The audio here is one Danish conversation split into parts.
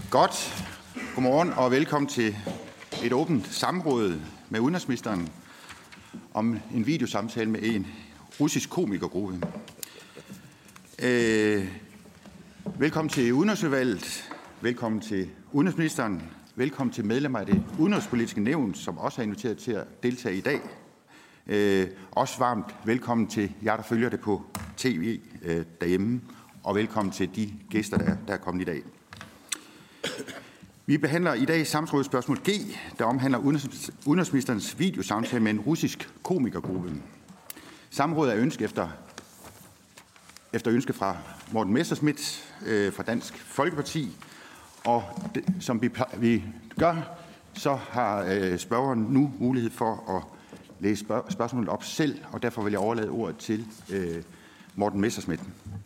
Godt. Godmorgen og velkommen til et åbent samråd med udenrigsministeren om en videosamtale med en russisk komikergruppe. Velkommen til Udenrigsudvalget. Velkommen til udenrigsministeren. Velkommen til medlemmer af det udenrigspolitiske nævn, som også er inviteret til at deltage i dag. Også varmt velkommen til jer, der følger det på tv derhjemme, og velkommen til de gæster, der er kommet i dag. Vi behandler i dag samrådsspørgsmål G, der omhandler udenrigsministerens videosamtale med en russisk komikergruppe. Samrådet er efter ønske fra Morten Messerschmidt fra Dansk Folkeparti, og som vi gør, så har spørgeren nu mulighed for at læse spørgsmålet op selv, og derfor vil jeg overlade ordet til Morten Messerschmidt.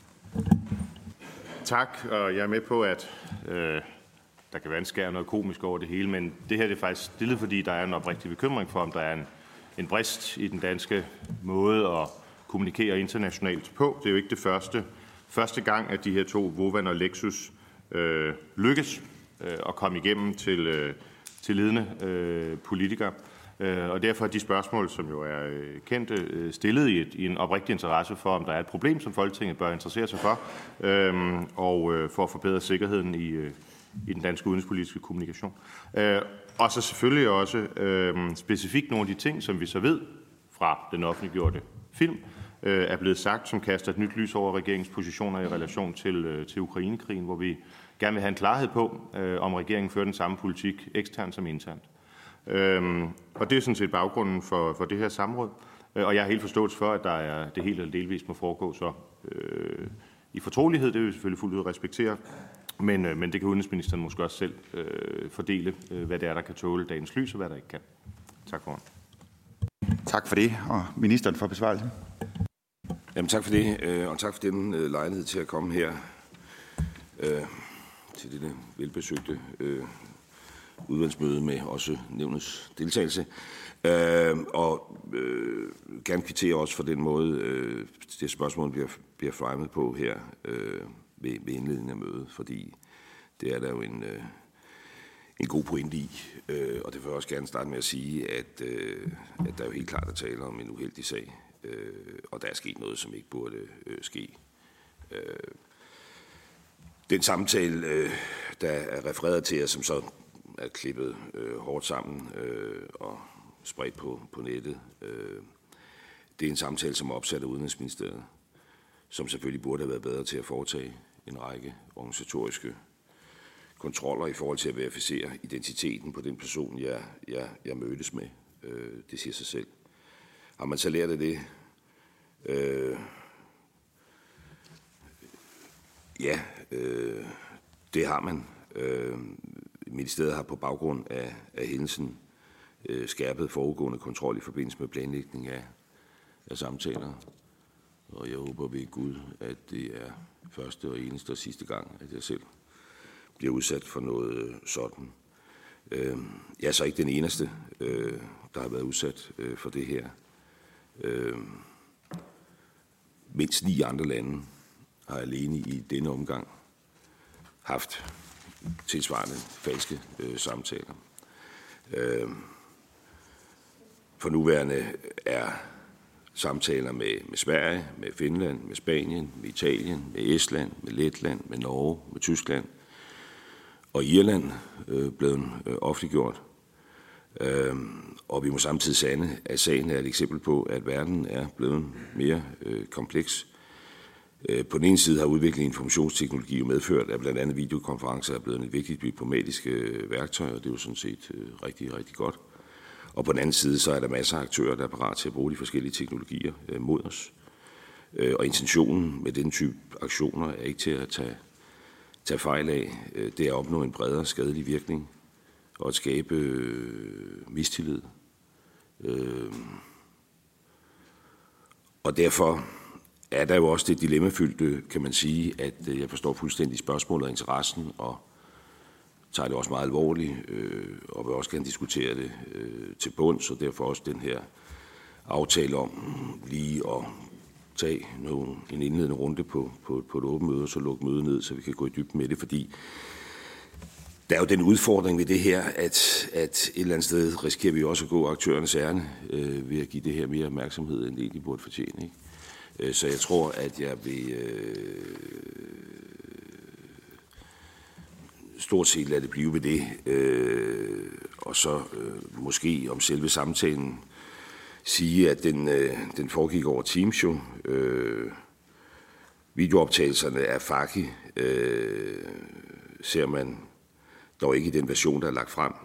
Tak, og jeg er med på, at der kan være en skær noget komisk over det hele, men det her er faktisk stillet, fordi der er en oprigtig bekymring for, om der er en brist i den danske måde at kommunikere internationalt på. Det er jo ikke det første gang, at de her to, Vovan og Lexus, lykkes at komme igennem til ledende politikere. Og derfor er de spørgsmål, som jo er kendte, stillet i en oprigtig interesse for, om der er et problem, som Folketinget bør interessere sig for, og for at forbedre sikkerheden i den danske udenrigspolitiske kommunikation. Og så selvfølgelig også specifikt nogle af de ting, som vi så ved fra den offentliggjorte film, er blevet sagt, som kaster et nyt lys over regeringens positioner i relation til Ukrainekrigen, hvor vi gerne vil have en klarhed på, om regeringen fører den samme politik eksternt som internt. Og det er sådan set baggrunden for det her samråd. Og jeg har helt forståelse for, at der er det helt eller delvis må foregå så i fortrolighed. Det vil vi selvfølgelig fuldt ud respektere. Men det kan udenrigsministeren måske også selv fordele, hvad det er, der kan tåle dagens lys, og hvad der ikke kan. Tak for det. Tak for det, og ministeren for besvarelse. Jamen tak for det, og tak for den lejlighed til at komme her til dette velbesøgte udvalgsmøde med også nævnets deltagelse. Og gerne kvittere også for den måde, det spørgsmål bliver framet på her ved indledningen af mødet, fordi det er der jo en god pointe i. Og det vil jeg også gerne starte med at sige, at der jo helt klart er tale om en uheldig sag, og der er sket noget, som ikke burde ske. Den samtale, der er refereret til, som så er klippet hårdt sammen og spredt på nettet, det er en samtale, som er opsat af Udenrigsministeriet, som selvfølgelig burde have været bedre til at foretage en række organisatoriske kontroller i forhold til at verificere identiteten på den person, jeg mødtes med. Det siger sig selv. Har man så lært af det? Ja, det har man. Ministeriet har på baggrund af hændelsen skærpet foregående kontrol i forbindelse med planlægning af samtaler. Og jeg håber ved Gud, at det er første og eneste og sidste gang, at jeg selv bliver udsat for noget sådan. Jeg er så ikke den eneste, der har været udsat for det her. Mindst 9 andre lande har alene i denne omgang haft tilsvarende falske samtaler. For nuværende er samtaler med Sverige, med Finland, med Spanien, med Italien, med Estland, med Letland, med Norge, med Tyskland og Irland blevet offentliggjort. Og vi må samtidig sande, at sagen er et eksempel på, at verden er blevet mere kompleks. På den ene side har udviklingen af informationsteknologi jo medført, at blandt andet videokonferencer er blevet et vigtigt diplomatisk værktøj, og det er jo sådan set rigtig, rigtig godt. Og på den anden side, så er der masser af aktører, der er parat til at bruge de forskellige teknologier mod os. Og intentionen med den type aktioner er ikke til at tage fejl af. Det er at opnå en bredere skadelig virkning og at skabe mistillid. Og derfor er der jo også det dilemmafyldte, kan man sige, at jeg forstår fuldstændig spørgsmålet og interessen, og tager det også meget alvorligt, og vil også gerne diskutere det til bunds, og derfor også den her aftale om lige at tage en indledende runde på et åbent møde, og så lukke mødet ned, så vi kan gå i dybden med det, fordi Der er jo den udfordring ved det her, at et eller andet sted risikerer vi også at gå aktørernes ærne ved at give det her mere opmærksomhed, end det egentlig burde fortjene. Ikke? Så jeg tror, at jeg vil stort set lade det blive ved det, og så måske om selve samtalen sige, at den foregik over Teams jo. Videooptagelserne af Faki ser man dog ikke i den version, der er lagt frem.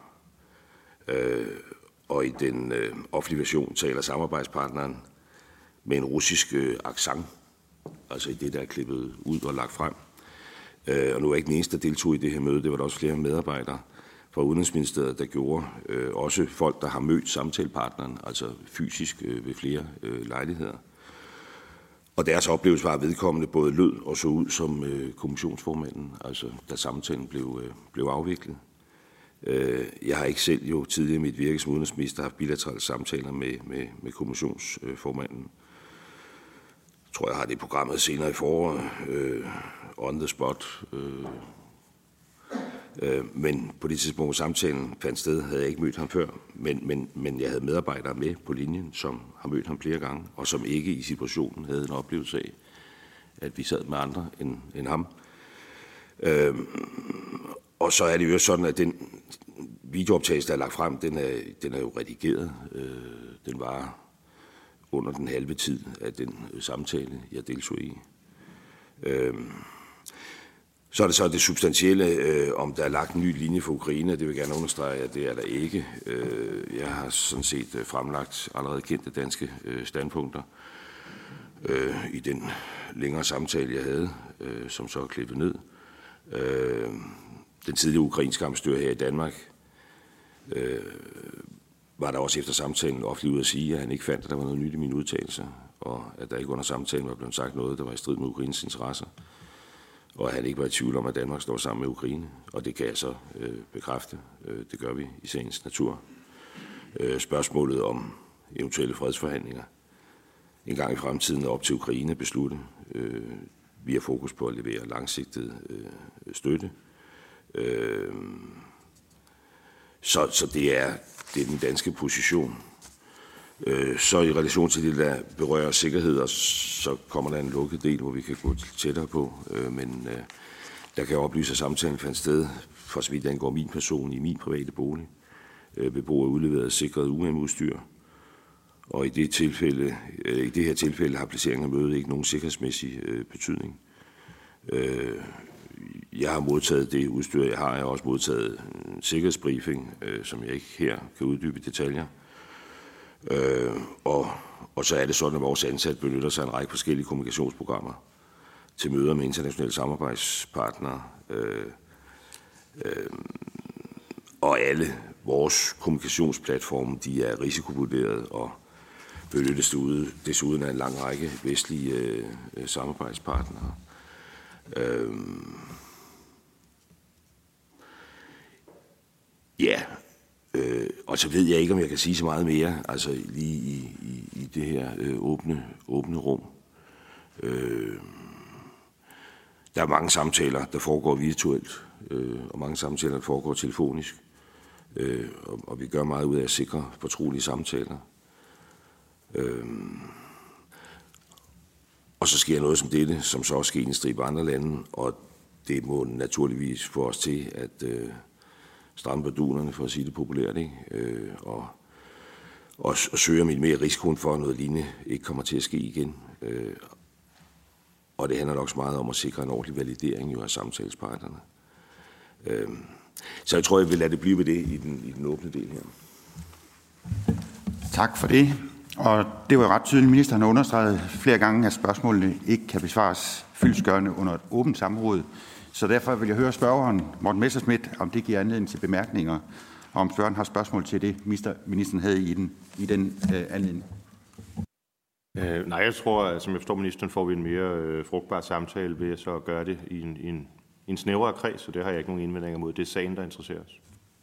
Og i den offentlige version taler samarbejdspartneren med en russisk accent, altså i det, der er klippet ud og lagt frem. Og nu er jeg ikke den eneste, der deltog i det her møde. Det var der også flere medarbejdere fra Udenrigsministeriet, der gjorde. Også folk, der har mødt samtalepartneren, altså fysisk ved flere lejligheder. Og deres oplevelse var, at vedkommende både lød og så ud som kommissionsformanden, altså da samtalen blev afviklet. Jeg har ikke selv jo tidligere i mit virke som udenrigsminister haft bilaterale samtaler med kommissionsformanden. Jeg tror, jeg har det i programmet senere i foråret, on the spot. Men på det tidspunkt, hvor samtalen fandt sted, havde jeg ikke mødt ham før. Men jeg havde medarbejdere med på linjen, som har mødt ham flere gange, og som ikke i situationen havde en oplevelse af, at vi sad med andre end ham. Og så er det jo sådan, at den videooptagelse, der er lagt frem, den er jo redigeret. Den var under den halve tid af den samtale, jeg deltog i. Så er det så det substantielle, om der er lagt en ny linje for Ukraine. Det vil jeg gerne understrege, at det er der ikke. Jeg har sådan set fremlagt allerede kendte danske standpunkter i den længere samtale, jeg havde, som så er klippet ned. Den tidligere ukrainske ambassadør her i Danmark var der også efter samtalen offentligt ud at sige, at han ikke fandt, at der var noget nyt i mine udtalelser, og at der ikke under samtalen var blevet sagt noget, der var i strid med Ukraines interesser, og at han ikke var i tvivl om, at Danmark står sammen med Ukraine, og det kan jeg så bekræfte. Det gør vi i sagens natur. Spørgsmålet om eventuelle fredsforhandlinger en gang i fremtiden op til Ukraine beslutte. Vi har fokus på at levere langsigtet støtte. Så det er den danske position. Så i relation til det, der berører sikkerhed, så kommer der en lukket del, hvor vi kan gå tættere på. Men der kan jeg oplyse, at samtalen fandt sted, for så vidt angår min person, i min private bolig. Beboere udleveret sikret UM-udstyr. Og i det her tilfælde har placeringen af mødet ikke nogen sikkerhedsmæssig betydning. Jeg har modtaget det udstyr, jeg har. Jeg har også modtaget en sikkerhedsbriefing, som jeg ikke her kan uddybe i detaljer. Og så er det sådan, at vores ansatte benytter sig af en række forskellige kommunikationsprogrammer til møder med internationale samarbejdspartnere. Og alle vores kommunikationsplatforme, de er risikovurderet og benyttes desuden af en lang række vestlige samarbejdspartnere. Og så ved jeg ikke, om jeg kan sige så meget mere, altså lige i det her åbne rum. Der er mange samtaler, der foregår virtuelt, og mange samtaler, der foregår telefonisk. Og vi gør meget ud af at sikre fortrolige samtaler. Og så sker noget som dette, som så også sker i en stribe andre lande, og det må naturligvis få os til at stramme bardunerne, for at sige det populært, ikke? Og søge at minimere risikoen for, at noget lignende ikke kommer til at ske igen. Og det handler nok så meget om at sikre en ordentlig validering jo af samtalespartnerne. Så jeg tror, jeg vil lade det blive ved det i den åbne del her. Tak for det. Og det var jo ret tydeligt. Ministeren har understreget flere gange, at spørgsmålene ikke kan besvares fyldestgørende under et åbent samråd. Så derfor vil jeg høre spørgeren, Morten Messerschmidt, om det giver anledning til bemærkninger, og om spørgeren har spørgsmål til det, ministeren havde i den anledning. Nej, jeg tror, at som jeg forstår ministeren, får vi en mere frugtbar samtale ved at så gøre det i en snævrere kreds, så det har jeg ikke nogen indvendinger mod. Det er sagen, der interesserer os.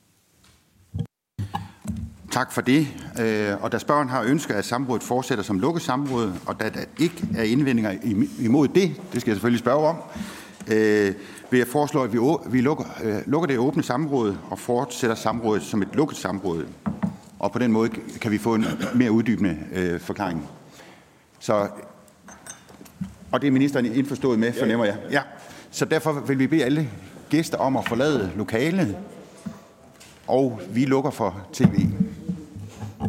Tak for det. Og da spørgeren har ønsket, at samrådet fortsætter som lukket samråd, og da der ikke er indvendinger imod det skal jeg selvfølgelig spørge om, vil jeg foreslå, at vi lukker det åbne samråd og fortsætter samrådet som et lukket samråd. Og på den måde kan vi få en mere uddybende forklaring. Og det er ministeren indforstået med, fornemmer jeg. Ja. Så derfor vil vi bede alle gæster om at forlade lokalet, og vi lukker for tv.